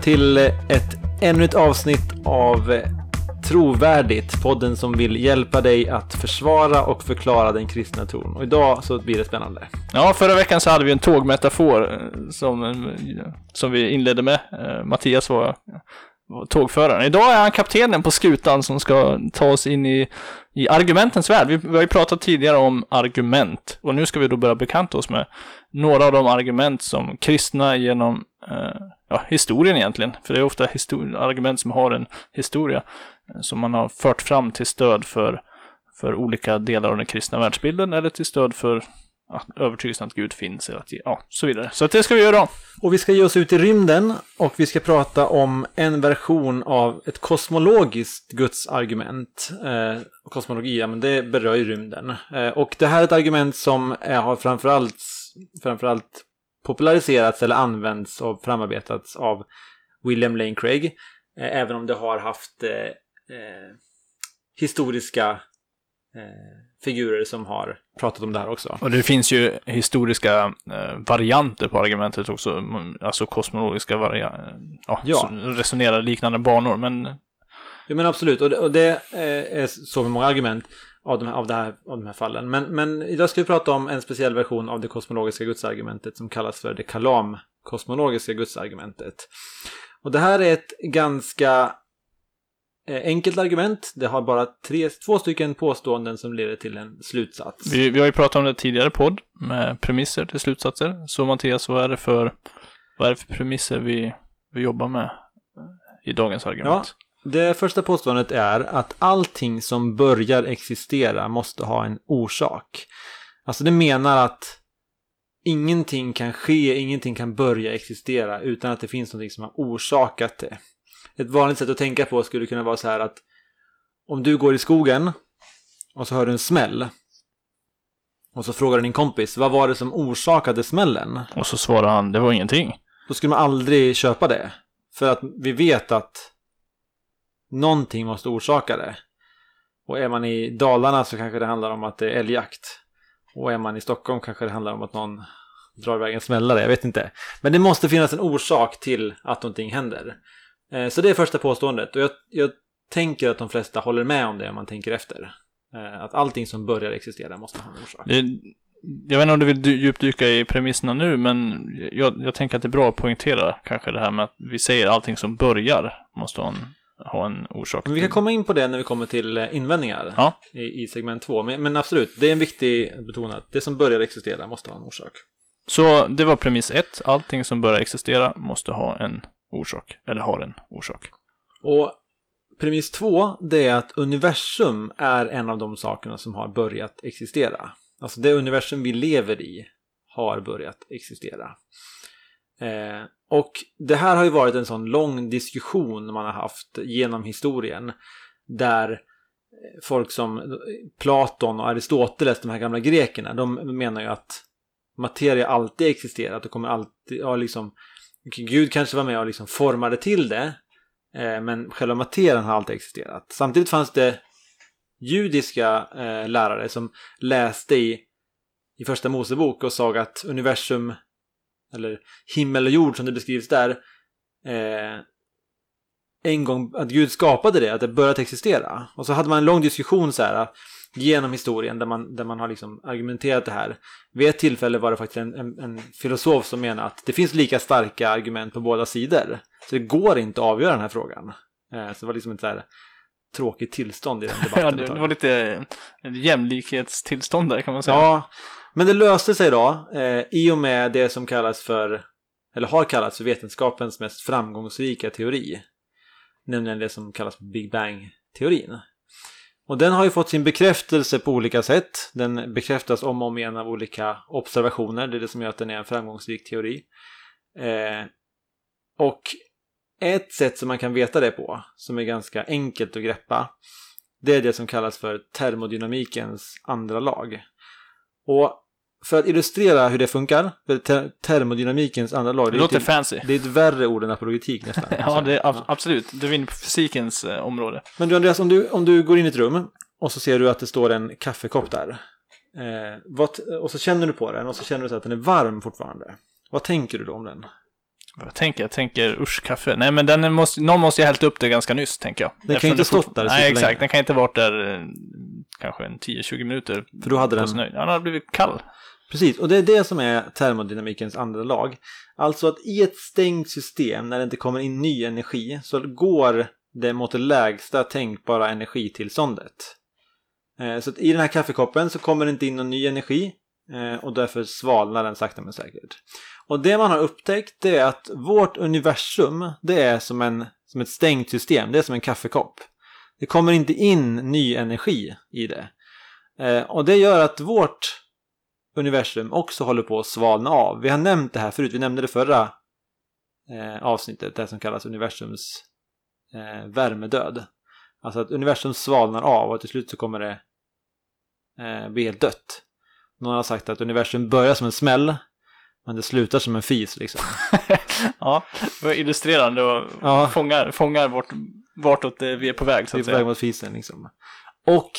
till ännu ett avsnitt av Trovärdigt, podden som vill hjälpa dig att försvara och förklara den kristna tron. Och idag så blir det spännande. Ja, förra veckan så hade vi en tågmetafor som vi inledde med. Mattias var tågföraren. Idag är han kaptenen på skutan som ska ta oss in i argumentens värld. Vi har ju pratat tidigare om argument. Och nu ska vi då börja bekanta oss med några av de argument som kristna genom historien egentligen. För det är ofta argument som har en historia som man har fört fram till stöd för olika delar av den kristna världsbilden eller till stöd för övertygelsen att Gud finns eller så vidare. Så att det ska vi göra. Och vi ska ge oss ut i rymden och vi ska prata om en version av ett kosmologiskt gudsargument. Kosmologi, men det berör ju rymden. Och det här är ett argument som har framförallt populariserats eller använts och framarbetats av William Lane Craig. Även om det har haft historiska figurer som har pratat om det här också. Och det finns ju historiska varianter på argumentet också, alltså kosmologiska varianter, resonerar liknande banor, men... Ja, men absolut, och det är så med många argument av de här fallen. Men idag ska vi prata om en speciell version av det kosmologiska gudsargumentet som kallas för det kalam-kosmologiska gudsargumentet. Och det här är ett ganska enkelt argument. Det har bara två stycken påståenden som leder till en slutsats. Vi har ju pratat om det tidigare podd med premisser till slutsatser. Så Mattias, vad är det för premisser vi jobbar med i dagens argument? Ja, det första påståendet är att allting som börjar existera måste ha en orsak. Alltså det menar att ingenting kan ske, ingenting kan börja existera utan att det finns något som har orsakat det. Ett vanligt sätt att tänka på skulle kunna vara så här att om du går i skogen och så hör du en smäll och så frågar din kompis, vad var det som orsakade smällen? Och så svarar han, det var ingenting. Då skulle man aldrig köpa det. För att vi vet att någonting måste orsaka det. Och är man i Dalarna så kanske det handlar om att det är älgjakt. Och är man i Stockholm kanske det handlar om att någon drar iväg en smällare, jag vet inte. Men det måste finnas en orsak till att någonting händer. Så det är första påståendet. Och jag tänker att de flesta håller med om det om man tänker efter. Att allting som börjar existera måste ha en orsak. Jag vet inte om du vill djupdyka i premisserna nu, men jag tänker att det är bra att poängtera kanske det här med att vi säger allting som börjar måste ha en orsak. Men vi kan komma in på det när vi kommer till invändningar i segment 2. Men absolut, det är en viktig betona att det som börjar existera måste ha en orsak. Så det var premiss 1. Allting som börjar existera måste ha en orsak. Eller har en orsak. Och premiss 2, det är att universum är en av de sakerna som har börjat existera. Alltså det universum vi lever i har börjat existera. Och det här har ju varit en sån lång diskussion man har haft genom historien. Där folk som Platon och Aristoteles, de här gamla grekerna, de menar ju att materia alltid existerat och kommer alltid, Gud kanske var med och liksom formade till det, men själva materien har alltid existerat. Samtidigt fanns det judiska lärare som läste i första Mosebok och sa att universum, eller himmel och jord som det beskrivs där, en gång att Gud skapade det, att det började existera. Och så hade man en lång diskussion så här genom historien där man har liksom argumenterat det här. Vid ett tillfälle var det faktiskt en filosof som menar att det finns lika starka argument på båda sidor. Så det går inte att avgöra den här frågan. Så det var liksom ett så här tråkigt tillstånd i den debatten. Ja, det var lite jämlikhetstillstånd där, kan man säga. Ja, men det löste sig då i och med det som kallas för, eller har kallats för vetenskapens mest framgångsrika teori. Nämligen det som kallas Big Bang-teorin. Och den har ju fått sin bekräftelse på olika sätt. Den bekräftas om och om igen av olika observationer. Det är det som gör att den är en framgångsrik teori. Och ett sätt som man kan veta det på, som är ganska enkelt att greppa, det är det som kallas för termodynamikens andra lag. Och för att illustrera hur det funkar, termodynamikens andra lag, det låter fancy. Det är ett värre ord än apologetik nästan. Ja, det är absolut. Du vinner på fysikens område. Men du Andreas, om du går in i ett rum och så ser du att det står en kaffekopp där. Och så känner du på den och så känner du så att den är varm fortfarande. Vad tänker du då om den? Jag tänker usch, kaffe. Nej, men någon måste ju hällt upp det ganska nyss, tänker jag. Den kan ju inte stått där. Nej, exakt. Den kan inte varit där kanske 10-20 minuter. För då hade den... Ja, den hade blivit kall. Precis, och det är det som är termodynamikens andra lag. Alltså att i ett stängt system, när det inte kommer in ny energi, så går det mot det lägsta tänkbara energitillståndet. Så att i den här kaffekoppen så kommer det inte in någon ny energi, och därför svalnar den sakta men säkert. Och det man har upptäckt, det är att vårt universum, det är som ett stängt system. Det är som en kaffekopp. Det kommer inte in ny energi i det. Och det gör att vårt universum också håller på att svalna av. Vi har nämnt det här förut. Vi nämnde det förra avsnittet, det som kallas universums värmedöd. Alltså att universum svalnar av och till slut så kommer det bli helt dött. Någon har sagt att universum börjar som en smäll, men det slutar som en fis liksom. Ja, det var illustrerande och fångar vartåt vi är på väg, så att säga. Vi är på väg mot fisen liksom. Och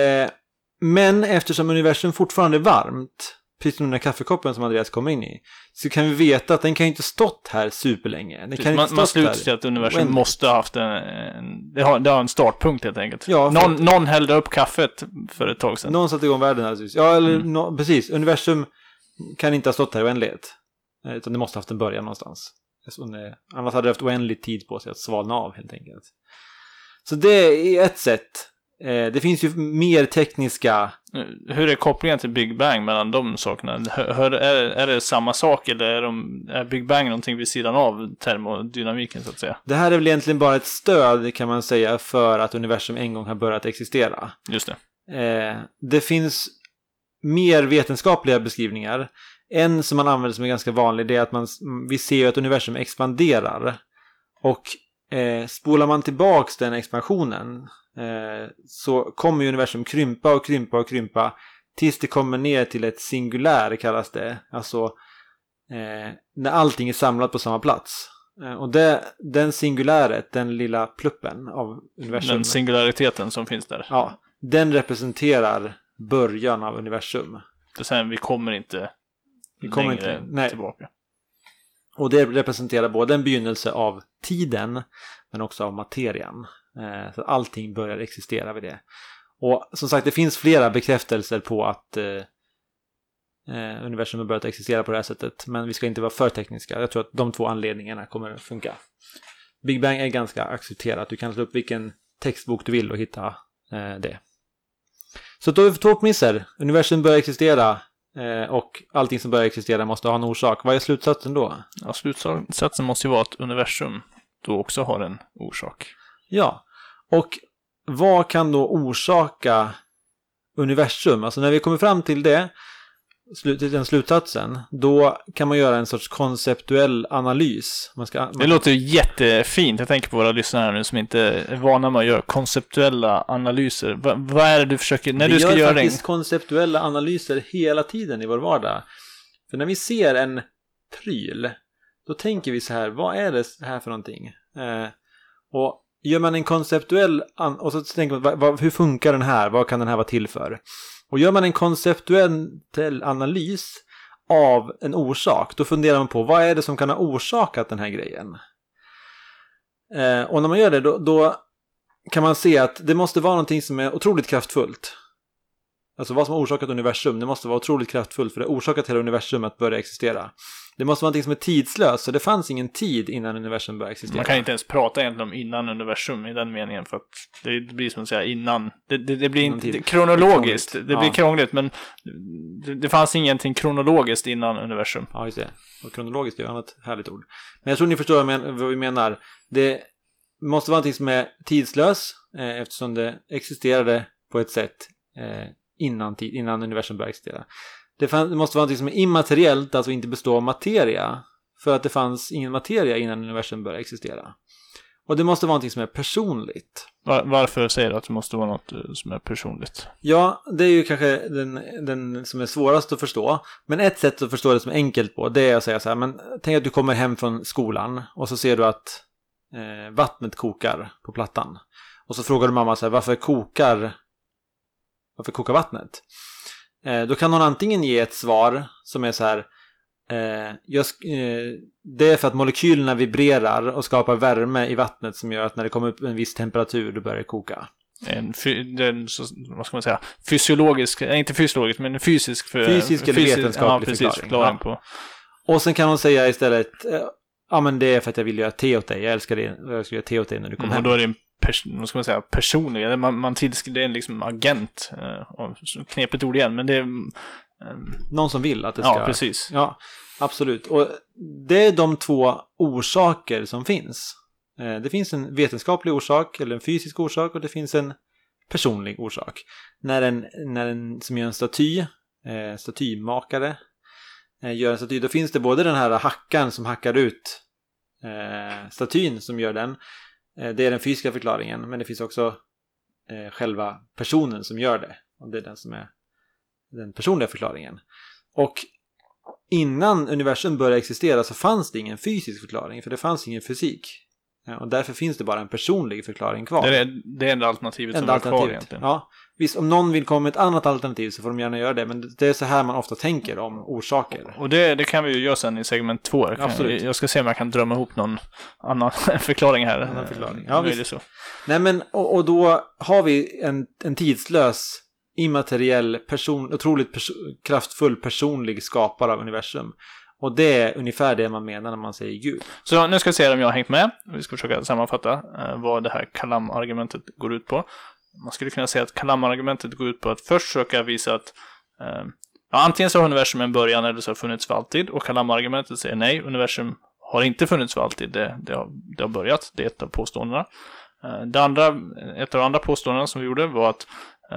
men eftersom universum fortfarande är varmt, precis som den här kaffekoppen som Andreas kommer in i, så kan vi veta att den kan ju inte stått här superlänge. Man slutar till att universum måste ha haft det har en startpunkt helt enkelt. Ja, någon hällde upp kaffet för ett tag sedan. Någon satte igång världen alltså. Ja, eller precis. Universum kan inte ha stått här i oändlighet, utan det måste ha haft en början någonstans. Annars hade det haft oändlig tid på sig att svalna av helt enkelt. Så det är ett sätt. Det finns ju mer tekniska... Hur är kopplingen till Big Bang mellan de sakerna? Är det samma sak, eller är Big Bang någonting vid sidan av termodynamiken, så att säga? Det här är väl egentligen bara ett stöd, kan man säga, för att universum en gång har börjat existera. Just det. Det finns mer vetenskapliga beskrivningar. En som man använder som är ganska vanlig, det är att vi ser att universum expanderar. Och spolar man tillbaks den expansionen, så kommer ju universum krympa och krympa och krympa tills det kommer ner till ett singulär, kallas det. Alltså när allting är samlat på samma plats. Och den singuläret, den lilla pluppen av universum, den singulariteten som finns där, ja, den representerar början av universum. Det säger vi kommer inte tillbaka. Och det representerar både en begynnelse av tiden, men också av materian. Så allting börjar existera vid det. Och som sagt, det finns flera bekräftelser på att universum har börjat existera på det här sättet. Men vi ska inte vara för tekniska. Jag tror att de två anledningarna kommer att funka. Big Bang är ganska accepterat. Du kan slå upp vilken textbok du vill och hitta det. Så då har vi två premisser. Universum börjar existera, och allting som börjar existera måste ha en orsak. Vad är slutsatsen då? Ja, slutsatsen måste ju vara att universum då också har en orsak. Ja, och vad kan då orsaka universum? Alltså när vi kommer fram till den slutsatsen, då kan man göra en sorts konceptuell analys. Det låter ju jättefint. Jag tänker på våra lyssnare här nu som inte är vana med att göra konceptuella analyser. Vad är det du försöker, när du ska göra det? Vi gör faktiskt konceptuella analyser hela tiden i vår vardag. För när vi ser en pryl, då tänker vi så här, vad är det här för någonting? Och gör man en konceptuell och så tänker man, hur funkar den här? Vad kan den här vara till för? Och gör man en konceptuell analys av en orsak, då funderar man på, vad är det som kan ha orsakat den här grejen? Och när man gör det, då kan man se att det måste vara någonting som är otroligt kraftfullt. Alltså vad som har orsakat universum, det måste vara otroligt kraftfullt, för det har orsakat hela universum att börja existera. Det måste vara någonting som är tidslöst, så det fanns ingen tid innan universum började existera. Man kan inte ens prata egentligen om innan universum i den meningen, för att det blir som att säga innan. Det blir inte kronologiskt. Det blir krångligt, men det fanns ingenting kronologiskt innan universum. Ja, just det. Och kronologiskt är ju ett annat härligt ord. Men jag tror ni förstår vad vi menar. Det måste vara någonting som är tidslös, eftersom det existerade på ett sätt innan universum började existera. Det måste vara något som är immateriellt, alltså inte bestå av materia, för att det fanns ingen materia innan universum började existera. Och det måste vara något som är personligt. Varför säger du att det måste vara något som är personligt? Ja, det är ju kanske den som är svårast att förstå. Men ett sätt att förstå det som är enkelt på, det är att säga så här, men tänk att du kommer hem från skolan och så ser du att vattnet kokar på plattan. Och så frågar du mamma så här, varför kokar vattnet? Då kan hon antingen ge ett svar som är så här, det är för att molekylerna vibrerar och skapar värme i vattnet som gör att när det kommer upp en viss temperatur då börjar det koka. Vad ska man säga? Fysiologisk, inte fysiologisk, men fysisk eller vetenskaplig förklaring. På. Och sen kan hon säga istället, men det är för att jag vill göra te åt dig. Jag älskar det. Jag ska göra te åt dig när du kommer hem. Och då är det en vad ska man säga, personlig. Det är en liksom agent. Knepigt ord igen, men det är någon som vill att det ska... Ja, precis. Ja, absolut. Och det är de två orsaker som finns. Det finns en vetenskaplig orsak eller en fysisk orsak och det finns en personlig orsak. När en som gör en statymakare gör en staty, då finns det både den här hackaren som hackar ut statyn som gör den. Det är den fysiska förklaringen, men det finns också själva personen som gör det. Och det är den som är den personliga förklaringen. Och innan universum började existera så fanns det ingen fysisk förklaring, för det fanns ingen fysik. Och därför finns det bara en personlig förklaring kvar. Det är enda alternativet som är kvar egentligen. Ja, visst, om någon vill komma med ett annat alternativ så får de gärna göra det. Men det är så här man ofta tänker om orsaker. Och det kan vi ju göra sen i segment 2. Absolut. Jag ska se om jag kan drömma ihop någon annan förklaring här. Annan förklaring. Ja, visst. Är det så. Nej, men och då har vi en tidslös, immateriell, otroligt kraftfull personlig skapare av universum. Och det är ungefär det man menar när man säger Gud. Så nu ska vi se om jag har hängt med. Vi ska försöka sammanfatta vad det här Kalam-argumentet går ut på. Man skulle kunna säga att Kalam-argumentet går ut på att först försöka visa att antingen så har universum en början eller så har funnits för alltid. Och Kalam-argumentet säger nej, universum har inte funnits för alltid. Det har börjat. Det är ett av påståendena. Ett av de andra påståendena som vi gjorde var att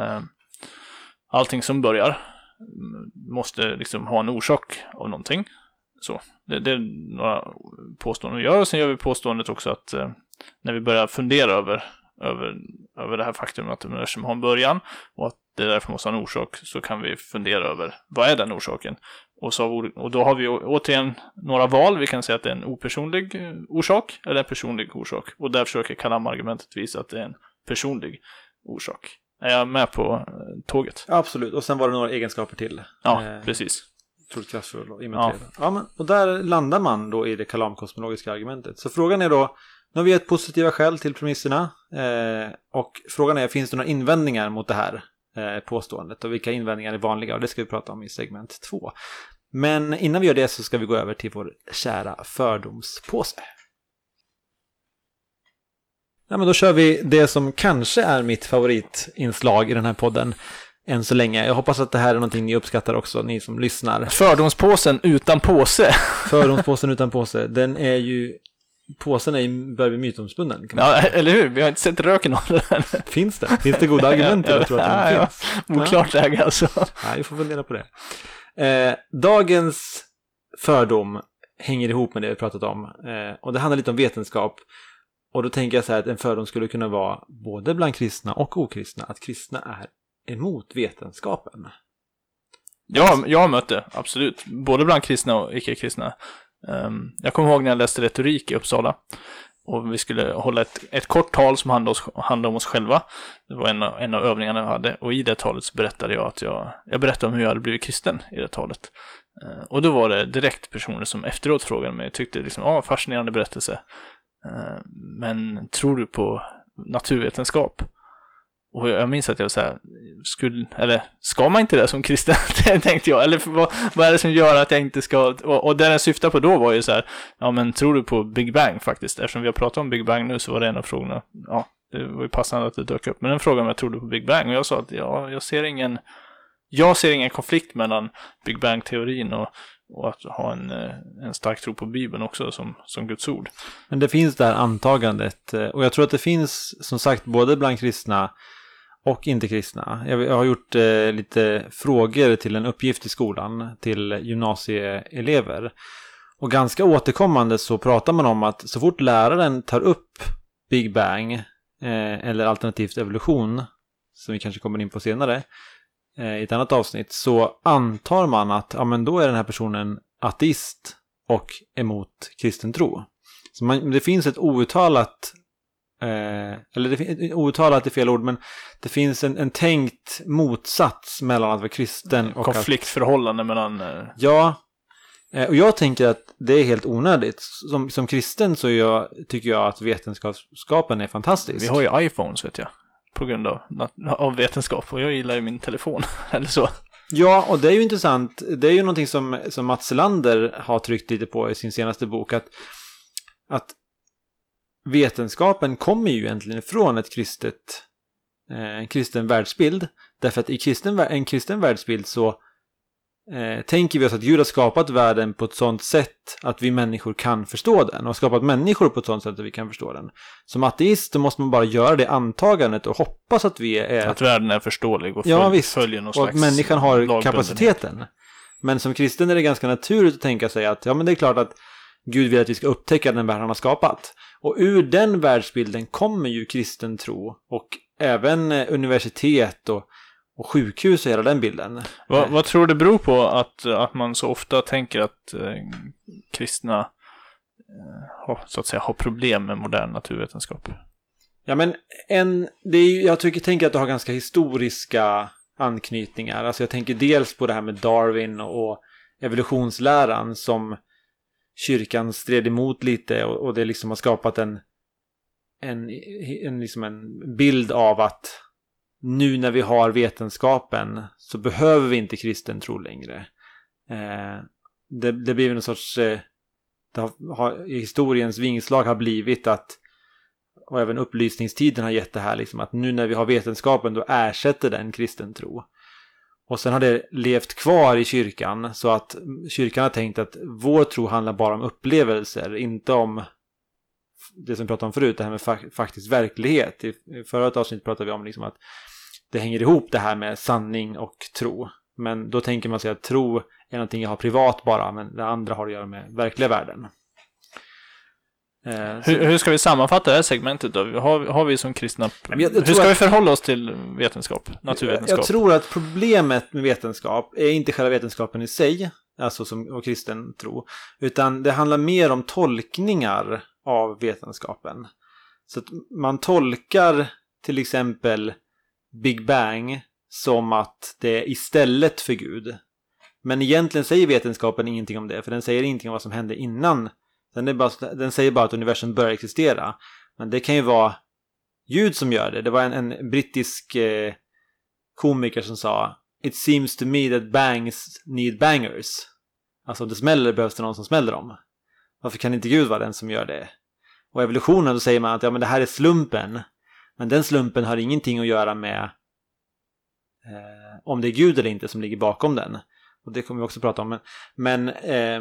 allting som börjar måste liksom ha en orsak av någonting. Så, det är några påståenden vi gör. Och sen gör vi påståendet också att när vi börjar fundera över det här faktum att universum har en början och att det därför måste ha en orsak, så kan vi fundera över vad är den orsaken. Och då har vi återigen några val. Vi kan säga att det är en opersonlig orsak eller en personlig orsak. Och där försöker Kalam-argumentet visa att det är en personlig orsak. Är jag med på tåget? Absolut, och sen var det några egenskaper till. Ja, precis. Otroligt kraftfull och immateriell. Ja, och där landar man då i det Kalam-kosmologiska argumentet. Så frågan är då, nu har vi gett positiva skäl till premisserna. Och frågan är, finns det några invändningar mot det här påståendet? Och vilka invändningar är vanliga? Och det ska vi prata om i segment 2. Men innan vi gör det så ska vi gå över till vår kära fördomspåse. Ja, men då kör vi det som kanske är mitt favoritinslag i den här podden än så länge. Jag hoppas att det här är någonting ni uppskattar också, ni som lyssnar. Fördomspåsen utan påse. Fördomspåsen utan påse. Den är ju... Påsen börjar bli mytomspunnen. Ja, eller hur? Vi har inte sett röken av den. Finns det goda argument till att tro att den finns? Oklart läge alltså. Nej, vi får fundera på det. Dagens fördom hänger ihop med det vi pratat om. Och det handlar lite om vetenskap. Och då tänker jag så här att en fördom skulle kunna vara både bland kristna och okristna. Att kristna är emot vetenskapen. Ja, jag har mött det, absolut. Både bland kristna och icke-kristna. Jag kommer ihåg när jag läste retorik i Uppsala. Och vi skulle hålla ett kort tal som handlade om oss själva. Det var en av övningarna jag hade. Och i det talet så berättade jag att jag berättade om hur jag hade blivit kristen i det talet. Och då var det direkt personer som efteråt frågade mig. Jag tyckte liksom, fascinerande berättelse. Men tror du på naturvetenskap? Och jag minns att jag så här, ska man inte det som kristen? Tänkte jag. Eller vad är det som gör att jag inte ska? Och det jag syftade på då var ju så här, ja men tror du på Big Bang faktiskt? Eftersom vi har pratat om Big Bang nu så var det en av frågorna. Ja, det var ju passande att det dök upp. Men den frågan om jag trodde på Big Bang. Och jag sa att jag ser ingen konflikt mellan Big Bang-teorin och att ha en stark tro på Bibeln också som Guds ord. Men det finns det här antagandet. Och jag tror att det finns som sagt både bland kristna och inte kristna. Jag har gjort lite frågor till en uppgift i skolan till gymnasieelever. Och ganska återkommande så pratar man om att så fort läraren tar upp Big Bang eller alternativt evolution, som vi kanske kommer in på senare i ett annat avsnitt, så antar man att men då är den här personen ateist och emot kristen tro. Så det finns ett outtalat outtalat är fel ord, men det finns en tänkt motsats mellan att vara kristen och konfliktförhållande mellan... Ja, Och jag tänker att det är helt onödigt. Som kristen så tycker jag att vetenskapen är fantastisk. Vi har ju iPhones, vet jag. På grund av vetenskap. Och jag gillar ju min telefon. Eller så. Ja, och det är ju intressant. Det är ju någonting som Mats Selander har tryckt lite på i sin senaste bok. Att vetenskapen kommer ju egentligen ifrån en kristen världsbild. Därför att i en kristen världsbild så tänker vi oss att Gud har skapat världen på ett sådant sätt att vi människor kan förstå den. Och har skapat människor på ett sådant sätt att vi kan förstå den. Som ateist då måste man bara göra det antagandet och hoppas att vi är... Att världen är förståelig och följer någon slags... Och att människan har kapaciteten. Men som kristen är det ganska naturligt att tänka sig att ja, men det är klart att Gud vill att vi ska upptäcka den värld han har skapat. Och ur den världsbilden kommer ju kristen tro och även universitet och sjukhus och hela den bilden. Vad tror du beror på att man så ofta tänker att kristna så att säga har problem med modern naturvetenskap? Ja, men jag tänker att det har ganska historiska anknytningar. Alltså jag tänker dels på det här med Darwin och evolutionsläran som kyrkan stred emot lite och det liksom har skapat en bild av att nu när vi har vetenskapen så behöver vi inte kristen tro längre. Det blir någon sorts... i historiens vingslag har blivit att, och även upplysningstiden har gett det här liksom, att nu när vi har vetenskapen då ersätter den kristen tro. Och sen har det levt kvar i kyrkan så att kyrkan har tänkt att vår tro handlar bara om upplevelser, inte om det som vi pratade om förut, det här med faktisk verklighet. I förra avsnittet pratade vi om liksom att det hänger ihop det här med sanning och tro. Men då tänker man sig att tro är någonting jag har privat bara, men det andra har att göra med verkliga världen. Hur ska vi sammanfatta det här segmentet då? Har vi som kristna... Hur ska vi förhålla oss till vetenskap, naturvetenskap? Jag tror att problemet med vetenskap är inte själva vetenskapen i sig, alltså och kristen tro, utan det handlar mer om tolkningar av vetenskapen. Så att man tolkar till exempel Big Bang som att det är istället för Gud. Men egentligen säger vetenskapen ingenting om det, för den säger ingenting om vad som hände innan. Den säger bara att universum börjar existera. Men det kan ju vara Gud som gör det. Det var en brittisk komiker som sa "It seems to me that bangs need bangers." Alltså om det smäller behövs det någon som smäller dem. Varför kan inte Gud vara den som gör det? Och evolutionen, då säger man att ja, men det här är slumpen. Men den slumpen har ingenting att göra med om det är Gud eller inte som ligger bakom den. Och det kommer vi också prata om. Men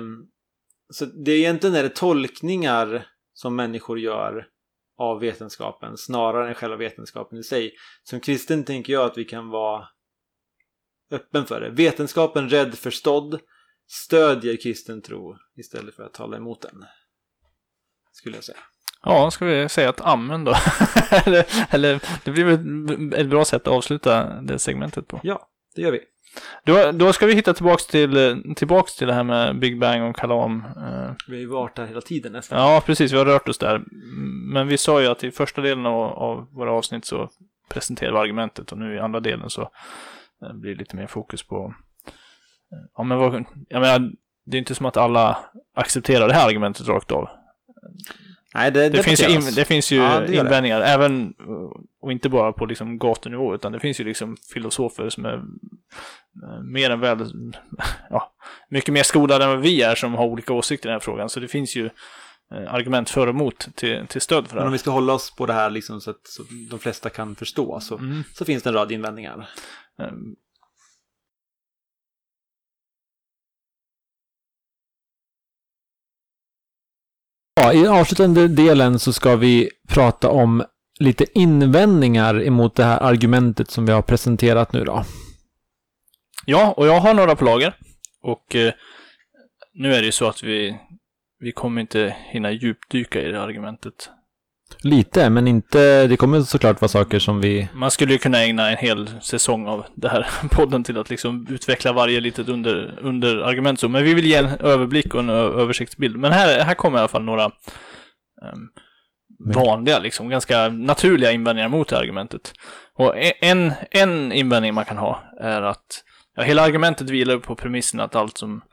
så det är egentligen tolkningar som människor gör av vetenskapen snarare än själva vetenskapen i sig. Som kristen tänker jag att vi kan vara öppen för det. Vetenskapen rädd förstådd stödjer kristen tro istället för att tala emot den. Skulle jag säga. Ja, ska vi säga att amen då? eller det blir väl ett bra sätt att avsluta det segmentet på. Ja, det gör vi. Då ska vi hitta tillbaks till det här med Big Bang och Kalam. Vi har ju varit där hela tiden nästan. Ja, precis. Vi har rört oss där. Men vi sa ju att i första delen av våra avsnitt så presenterade vi argumentet och nu i andra delen så blir det lite mer fokus på... Ja, men jag menar, det är inte som att alla accepterar det här argumentet rakt av. Nej, det finns ju invändningar även, och inte bara på liksom gatunivå, utan det finns ju liksom filosofer som är mer än väl mycket mer skolade än vad vi är som har olika åsikter i den här frågan, så det finns ju argument för och emot till stöd för det här. Men om vi ska hålla oss på det här liksom så att de flesta kan förstå så finns det en rad invändningar. Ja, i avslutande delen så ska vi prata om lite invändningar emot det här argumentet som vi har presenterat nu då. Ja, och jag har några på lager. Och nu är det ju så att vi kommer inte hinna djupdyka i det argumentet. Lite, men inte, det kommer såklart vara saker som vi... Man skulle ju kunna ägna en hel säsong av det här podden till att liksom utveckla varje litet under argument så. Men vi vill ge en överblick och en översiktsbild. Men här kommer i alla fall några vanliga, liksom, ganska naturliga invändningar mot det argumentet. Och en invändning man kan ha är att hela argumentet vilar på premissen att allt som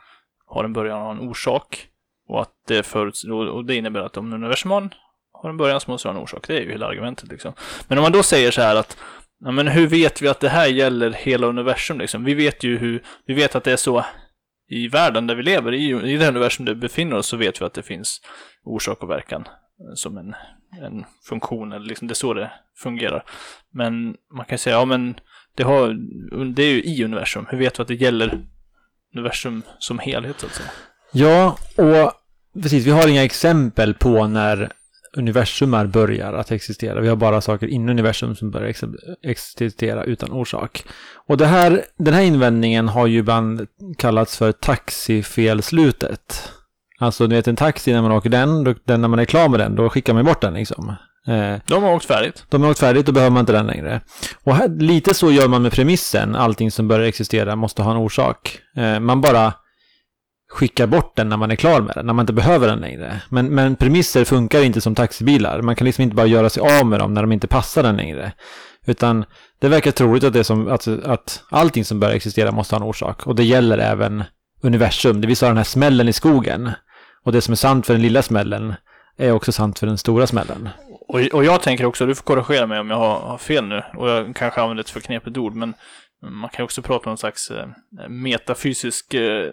har en början och en orsak. Och att det innebär att om universum har en början så måste det ha en orsak. Det är ju hela argumentet liksom. Men om man då säger så här att ja, men hur vet vi att det här gäller hela universum liksom? Vi vet att det är så i världen där vi lever, i det universum där vi befinner oss, så vet vi att det finns orsak och verkan som en funktion, eller liksom det är så det fungerar. Men man kan säga, ja men det är ju i universum. Hur vet vi att det gäller universum som helhet så att säga? Ja, och precis, vi har inga exempel på när universumar börjar att existera. Vi har bara saker inom universum som börjar existera utan orsak. Och den här invändningen har ju ibland kallats för taxifelslutet. Alltså du vet en taxi, när man åker den när man är klar med den, då skickar man bort den liksom. De har åkt färdigt. Då behöver man inte den längre. Och här, lite så gör man med premissen. Allting som börjar existera måste ha en orsak. Man bara skickar bort den när man är klar med den, när man inte behöver den längre. Men premisser funkar inte som taxibilar. Man kan liksom inte bara göra sig av med dem när de inte passar den längre. Utan det verkar troligt att det är som att allting som börjar existera måste ha en orsak. Och det gäller även universum. Det vill säga den här smällen i skogen. Och det som är sant för den lilla smällen är också sant för den stora smällen. Och jag tänker också, du får korrigera mig om jag har fel nu, och jag kanske använder ett för knepigt ord, men man kan också prata om en slags metafysisk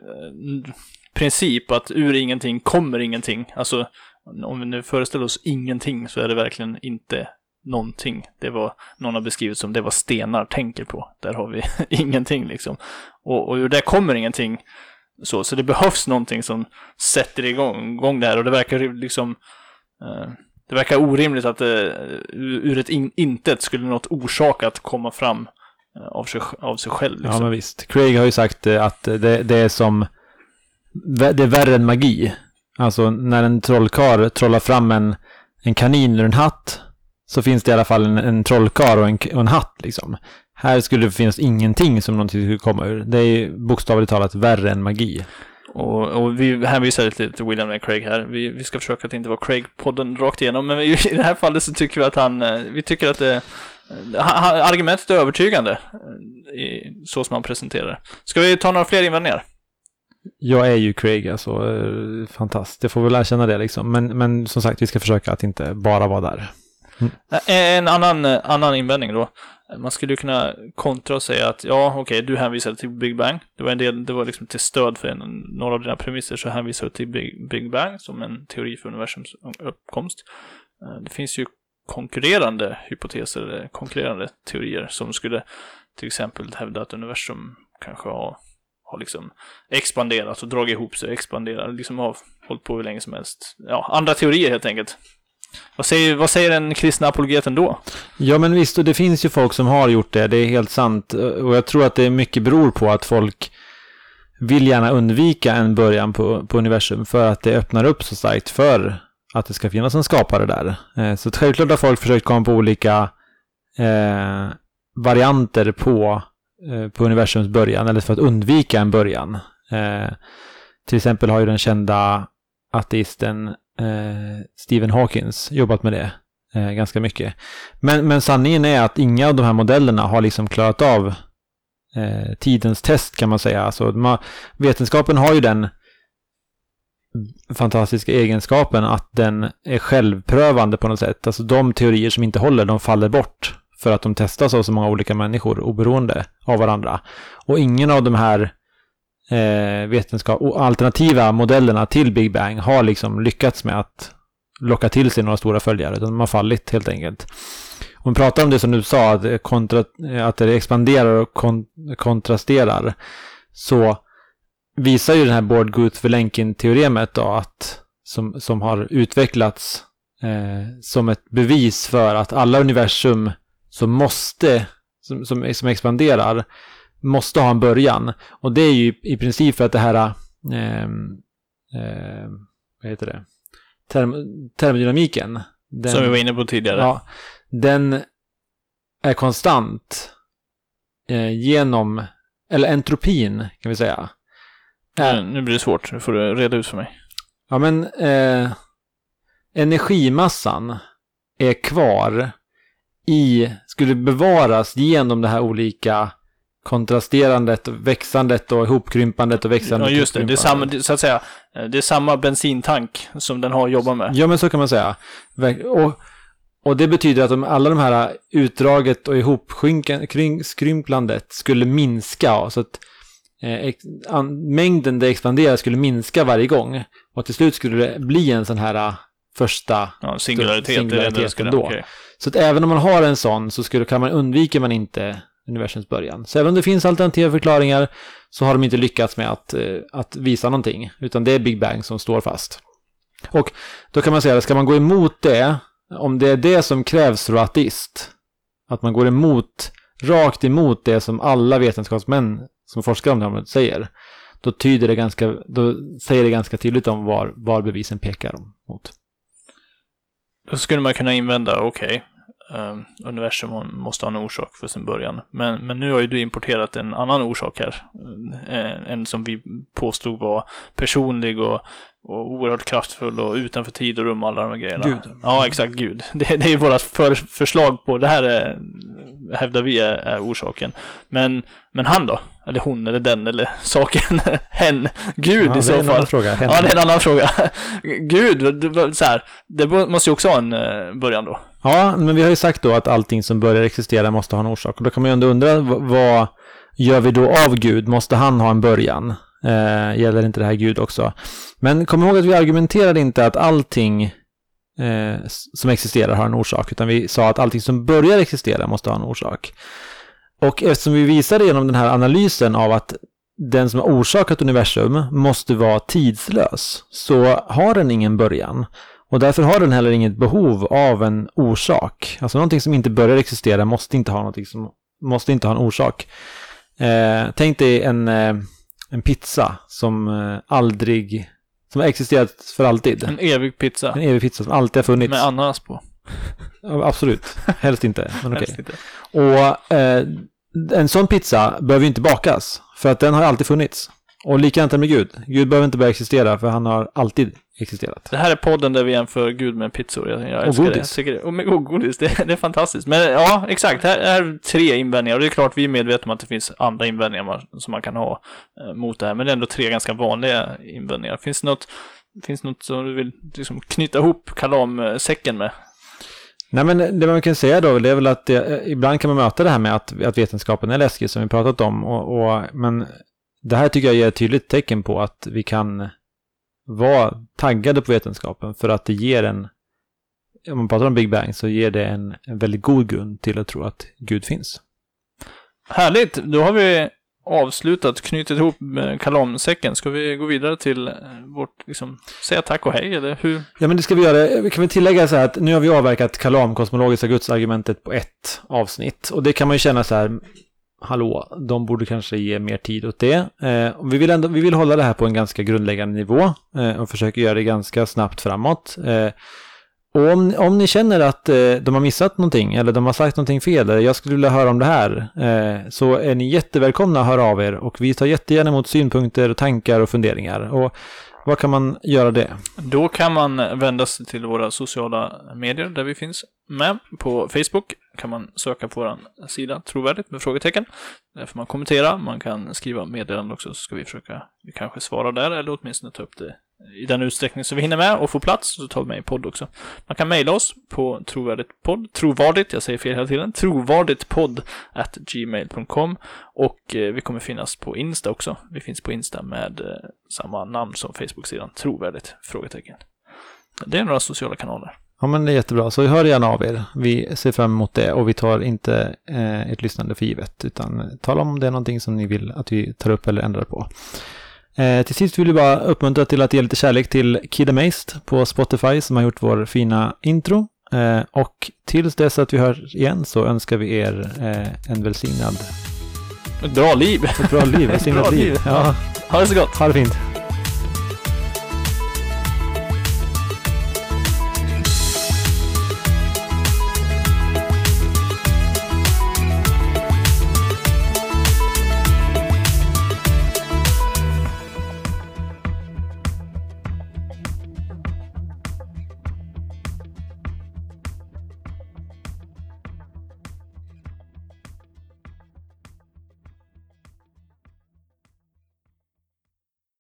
princip, att ur ingenting kommer ingenting. Alltså, om vi nu föreställer oss ingenting, så är det verkligen inte någonting. Det var någon har beskrivit som det var stenar tänker på. Där har vi ingenting liksom. Och ur det kommer ingenting. Så det behövs någonting som sätter igång det här, och det verkar liksom det verkar orimligt att ur ett intet skulle något orsaka att komma fram av sig själv liksom. Ja, men visst. Craig har ju sagt att det är som det är värre än magi. Alltså när en trollkarl trollar fram en kanin ur en hatt, så finns det i alla fall en trollkarl och en hatt liksom. Här skulle det finnas ingenting som någonting skulle komma ur. Det är bokstavligt talat värre än magi. Och vi hänvisar lite till William och Craig här. Vi ska försöka att inte vara Craig-podden rakt igenom. Men i det här fallet så tycker vi att vi tycker att argumentet är övertygande så som han presenterar. Ska vi ta några fler invändningar? Jag är ju Craig, alltså fantastiskt. Jag får väl erkänna det liksom. Men som sagt, vi ska försöka att inte bara vara där. En annan invändning då. Man skulle ju kunna kontra och säga att ja, okej, du hänvisade till Big Bang. Det var liksom till stöd för några av dina premisser, så hänvisade du till Big Bang som en teori för universums uppkomst. Det finns ju konkurrerande hypoteser eller konkurrerande teorier som skulle till exempel hävda att universum kanske har liksom expanderat och dragit ihop sig, liksom har hållit på hur länge som helst. Ja, andra teorier helt enkelt. Vad säger den kristna apologeten då? Ja, men visst, och det finns ju folk som har gjort det. Det är helt sant. Och jag tror att det mycket beror på att folk vill gärna undvika en början på universum, för att det öppnar upp så starkt för att det ska finnas en skapare där. Så självklart har folk försökt komma på olika varianter på universums början, eller för att undvika en början. Till exempel har ju den kända ateisten Stephen Hawkins jobbat med det ganska mycket. Men sanningen är att inga av de här modellerna har liksom klarat av tidens test, kan man säga. Alltså, vetenskapen har ju den fantastiska egenskapen att den är självprövande på något sätt. Alltså de teorier som inte håller, de faller bort för att de testas av så många olika människor oberoende av varandra. Och ingen av de här vetenskap och alternativa modellerna till Big Bang har liksom lyckats med att locka till sig några stora följare. De har fallit helt enkelt. Om vi pratar om det som du sa, att det expanderar och kontrasterar, så visar ju den här Borde-Guth-Vilenkin-teoremet då, att som har utvecklats som ett bevis för att alla universum som expanderar måste ha en början. Och det är ju i princip för att det här vad heter det? Termodynamiken. Som vi var inne på tidigare. Ja, den är konstant genom, eller entropin kan vi säga. Nu blir det svårt, nu får du reda ut för mig. Ja, men energimassan är kvar skulle bevaras genom de här olika kontrasterandet, växandet och ihopkrympandet och växandet. Ja, just det. Det är samma, så att säga, det är samma bensintank som den har jobbat med. Ja, men så kan man säga. Och det betyder att om alla de här utdraget och ihopskrymplandet skulle minska, så att mängden det expanderar skulle minska varje gång. Och till slut skulle det bli en sån här första singularitet då. Okay. Så att även om man har en sån så undviker man inte universums början. Så även om det finns alternativa förklaringar så har de inte lyckats med att visa någonting. Utan det är Big Bang som står fast. Och då kan man säga, ska man gå emot det, om det är det som krävs för ateist, att man går rakt emot det som alla vetenskapsmän som forskar om det här säger, då säger det ganska tydligt om var bevisen pekar mot. Då skulle man kunna invända, universum måste ha en orsak för sin början. Men nu har ju du importerat en annan orsak här. En som vi påstod var personlig och oerhört kraftfull och utanför tid och rum och alla de här grejerna. Gud. Ja, exakt, Gud. Det är ju våra förslag på det här hävdar vi är orsaken. Men han då? Eller hon, eller den, eller saken, hen, Gud i så fall. Ja, det är en annan fråga. Gud, så här, det måste ju också ha en början då. Ja, men vi har ju sagt då att allting som börjar existera måste ha en orsak. Och då kan man ju ändå undra, vad gör vi då av Gud? Måste han ha en början? Gäller inte det här Gud också? Men kom ihåg att vi argumenterade inte att allting som existerar har en orsak, utan vi sa att allting som börjar existera måste ha en orsak. Och eftersom vi visade genom den här analysen av att den som har orsakat universum måste vara tidslös, så har den ingen början. Och därför har den heller inget behov av en orsak. Alltså någonting som inte börjar existera måste inte ha en orsak. Tänk dig en pizza som har existerat för alltid. En evig pizza. En evig pizza som alltid har funnits. Med ananas på. Ja, absolut. Helst inte. Men okej. Och en sån pizza behöver ju inte bakas. För att den har alltid funnits. Och likadant med Gud. Gud behöver inte börja existera, för han har alltid existerat. Det här är podden där vi jämför Gud med pizzor. Jag och godis. Och godis, det är fantastiskt. Men ja, exakt. Här är 3 invändningar. Och det är klart vi är medvetna om att det finns andra invändningar som man kan ha mot det här. Men det är ändå 3 ganska vanliga invändningar. Finns det något som du vill liksom knyta ihop kalamsäcken med? Nej, men det man kan säga då, det är väl att ibland kan man möta det här med att vetenskapen är läskig, som vi pratat om. Men det här tycker jag ger ett tydligt tecken på att vi kan vara taggade på vetenskapen, för att det ger om man pratar om Big Bang, så ger det en väldigt god grund till att tro att Gud finns. Härligt, då har vi knutit ihop kalamsäcken. Ska vi gå vidare till vårt, säga tack och hej, eller hur? Ja, men det ska vi göra. Vi kan väl tillägga så här att nu har vi avverkat kalamkosmologiska gudsargumentet på 1 avsnitt. Och det kan man ju känna så här, hallå, de borde kanske ge mer tid åt det. Vi vill hålla det här på en ganska grundläggande nivå och försöka göra det ganska snabbt framåt. Och om ni känner att de har missat någonting, eller de har sagt någonting fel, eller jag skulle vilja höra om det här, så är ni jättevälkomna att höra av er. Och vi tar jättegärna emot synpunkter, tankar och funderingar. Och vad kan man göra det? Då kan man vända sig till våra sociala medier där vi finns med. På Facebook kan man söka på vår sida Trovärdigt med frågetecken. Där får man kommentera, man kan skriva meddelande också, så ska vi kanske svara där, eller åtminstone ta upp det i den utsträckning så vi hinner med och få plats, så tar vi med i podd också. Man kan mejla oss på trovarditpodd@gmail.com, och vi kommer finnas på Insta också. Vi finns på Insta med samma namn som Facebook-sidan Trovärdigt frågetecken. Det är några sociala kanaler. Ja, men det är jättebra. Så hör gärna av er. Vi ser fram emot det, och vi tar inte ett lyssnande för givet, utan tala om det är någonting som ni vill att vi tar upp eller ändrar på. Till sist vill vi bara uppmuntra till att ge lite kärlek till Kid Amazed på Spotify, som har gjort vår fina intro. Och tills dess att vi hörs igen, så önskar vi er en välsignad... Ett bra liv. Ett bra liv. Välsignat liv. Ja. Ha det så gott. Ha det fint.